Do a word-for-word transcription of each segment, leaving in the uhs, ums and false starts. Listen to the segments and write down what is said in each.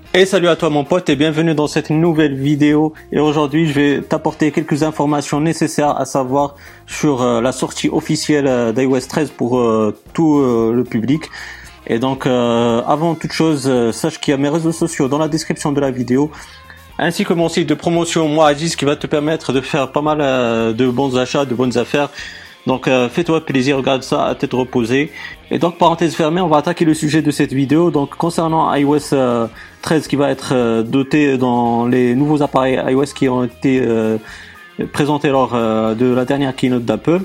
Et salut à toi mon pote et bienvenue dans cette nouvelle vidéo. Et aujourd'hui je vais t'apporter quelques informations nécessaires à savoir sur euh, la sortie officielle euh, d'iOS treize pour euh, tout euh, le public. Et donc euh, avant toute chose, euh, sache qu'il y a mes réseaux sociaux dans la description de la vidéo, ainsi que mon site de promotion Moadis qui va te permettre de faire pas mal euh, de bons achats, de bonnes affaires. Donc euh, fais-toi plaisir, regarde ça à tête reposée. Et donc parenthèse fermée, on va attaquer le sujet de cette vidéo. Donc concernant iOS euh, treize qui va être euh, doté dans les nouveaux appareils iOS qui ont été euh, présentés lors euh, de la dernière keynote d'Apple.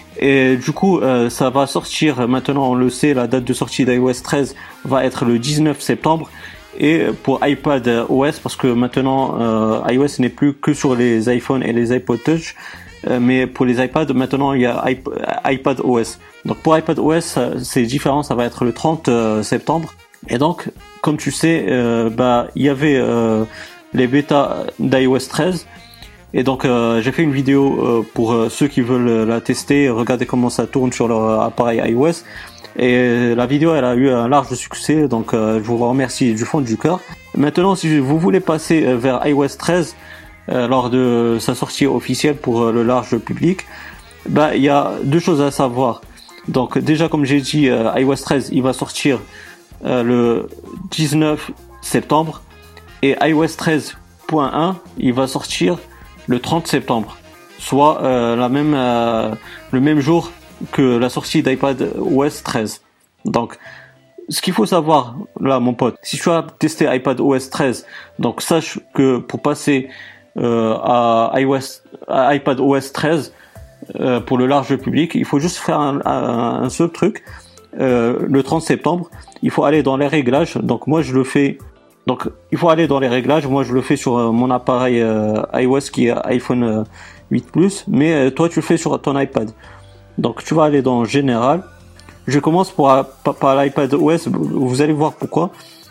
Et du coup euh, ça va sortir, maintenant on le sait, la date de sortie d'iOS treize va être le dix-neuf septembre. Et pour iPadOS, parce que maintenant euh, iOS n'est plus que sur les iPhones et les iPod Touch, euh, mais pour les iPads maintenant il y a iP- iPadOS. Donc pour iPadOS c'est différent, ça va être le trente septembre. Et donc comme tu sais, euh, bah il y avait euh, les bêtas d'iOS treize. Et donc euh, j'ai fait une vidéo euh, pour euh, ceux qui veulent la tester, regarder comment ça tourne sur leur appareil iOS. Et la vidéo elle a eu un large succès, donc euh, je vous remercie du fond du cœur. Maintenant si vous voulez passer vers iOS treize euh, lors de sa sortie officielle pour euh, le large public, bah il y a deux choses à savoir. Donc déjà comme j'ai dit, euh, iOS treize il va sortir euh, le dix-neuf septembre et iOS treize point un il va sortir le trente septembre, soit euh, la même euh, le même jour que la sortie d'iPadOS treize. Donc, ce qu'il faut savoir, là, mon pote, si tu as testé iPadOS treize, donc sache que pour passer euh, à iOS, à iPadOS treize euh, pour le large public, il faut juste faire un, un, un seul truc. Euh, le trente septembre, il faut aller dans les réglages. Donc, moi, je le fais. Donc, il faut aller dans les réglages. Moi, je le fais sur euh, mon appareil euh, iOS qui est iPhone euh, huit plus, mais euh, toi, tu le fais sur ton iPad. Donc tu vas aller dans Général. Je commence pour, par, par l'iPadOS, vous allez voir pourquoi.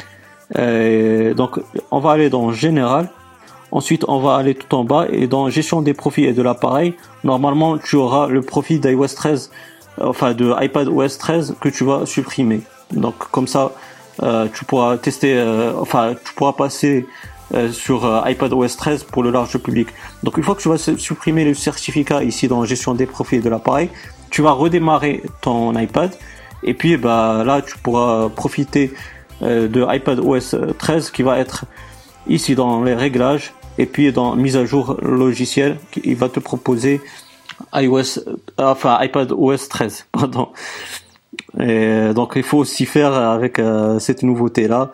Euh, donc on va aller dans Général. Ensuite on va aller tout en bas et dans Gestion des profils et de l'appareil. Normalement tu auras le profil d'iOS treize, enfin de iPadOS treize que tu vas supprimer. Donc comme ça euh, tu pourras tester, euh, enfin tu pourras passer Euh, sur euh, iPadOS treize pour le large public. Donc une fois que tu vas supprimer le certificat ici dans gestion des profils de l'appareil, tu vas redémarrer ton iPad et puis bah là tu pourras profiter euh, de iPadOS treize qui va être ici dans les réglages et puis dans mise à jour logiciel, il va te proposer iOS, euh, enfin iPadOS treize, pardon. Et donc il faut s'y faire avec euh, cette nouveauté là.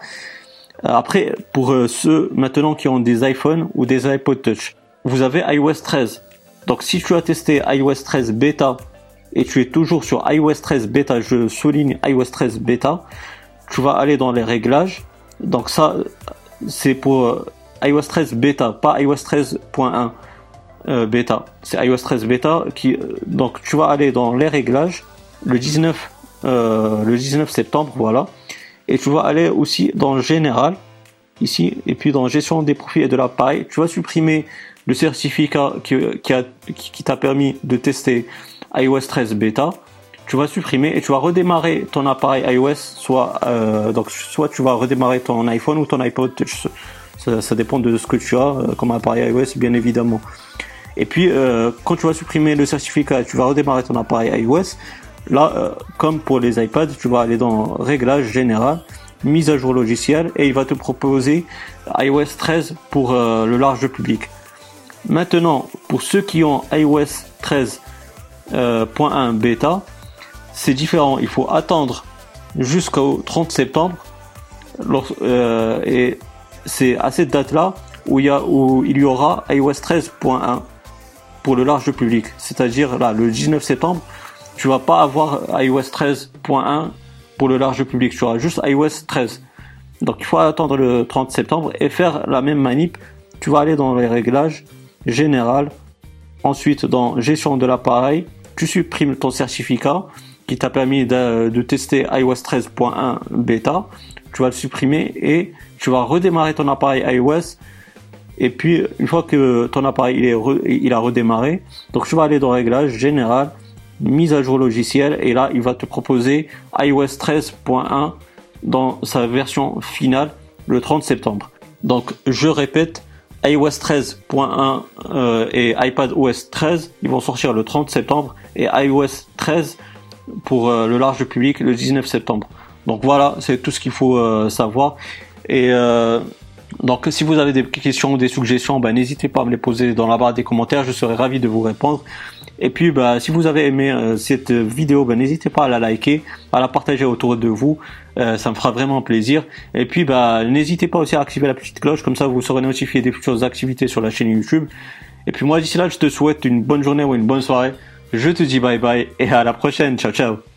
Après, pour euh, ceux maintenant qui ont des iPhones ou des iPod Touch, vous avez iOS treize. Donc si tu as testé iOS treize bêta et tu es toujours sur iOS treize bêta, je souligne iOS treize bêta, tu vas aller dans les réglages. Donc ça, c'est pour euh, iOS treize bêta, pas iOS treize point un euh, bêta. C'est iOS treize bêta qui. Euh, donc tu vas aller dans les réglages le dix-neuf, euh, le dix-neuf septembre, voilà. Et tu vas aller aussi dans Général, ici, et puis dans Gestion des profils et de l'appareil, tu vas supprimer le certificat qui, qui, a, qui, qui t'a permis de tester iOS treize bêta. Tu vas supprimer et tu vas redémarrer ton appareil iOS, soit, euh, donc, soit tu vas redémarrer ton iPhone ou ton iPod Touch. Ça, ça dépend de ce que tu as euh, comme appareil iOS, bien évidemment. Et puis, euh, quand tu vas supprimer le certificat, tu vas redémarrer ton appareil iOS. Là, euh, comme pour les iPads, tu vas aller dans Réglages Général, Mise à jour logiciel et il va te proposer iOS treize pour euh, le large public. Maintenant, pour ceux qui ont iOS treize point un bêta, c'est différent. Il faut attendre jusqu'au trente septembre lors, euh, et c'est à cette date-là où il y, a, où il y aura iOS treize point un pour le large public. C'est-à-dire là, le dix-neuf septembre, tu vas pas avoir iOS treize point un pour le large public, tu auras juste iOS treize. Donc il faut attendre le trente septembre et faire la même manip. Tu vas aller dans les réglages, Général, ensuite dans Gestion de l'appareil, tu supprimes ton certificat qui t'a permis de, de tester iOS treize point un bêta, tu vas le supprimer et tu vas redémarrer ton appareil iOS. Et puis une fois que ton appareil il, est re, il a redémarré, donc tu vas aller dans Réglages, Général, Mise à jour logiciel et là il va te proposer iOS treize point un dans sa version finale le trente septembre. Donc je répète, iOS treize point un euh, et iPadOS treize, ils vont sortir le trente septembre, et iOS treize pour euh, le large public le dix-neuf septembre. Donc voilà, c'est tout ce qu'il faut euh, savoir. Et euh, donc si vous avez des questions ou des suggestions, bah, n'hésitez pas à me les poser dans la barre des commentaires, je serai ravi de vous répondre. Et puis bah, si vous avez aimé euh, cette vidéo, bah, n'hésitez pas à la liker, à la partager autour de vous, euh, ça me fera vraiment plaisir. Et puis bah, n'hésitez pas aussi à activer la petite cloche, comme ça vous serez notifié des futures activités sur la chaîne YouTube. Et puis moi d'ici là, je te souhaite une bonne journée ou une bonne soirée. Je te dis bye bye et à la prochaine, ciao ciao.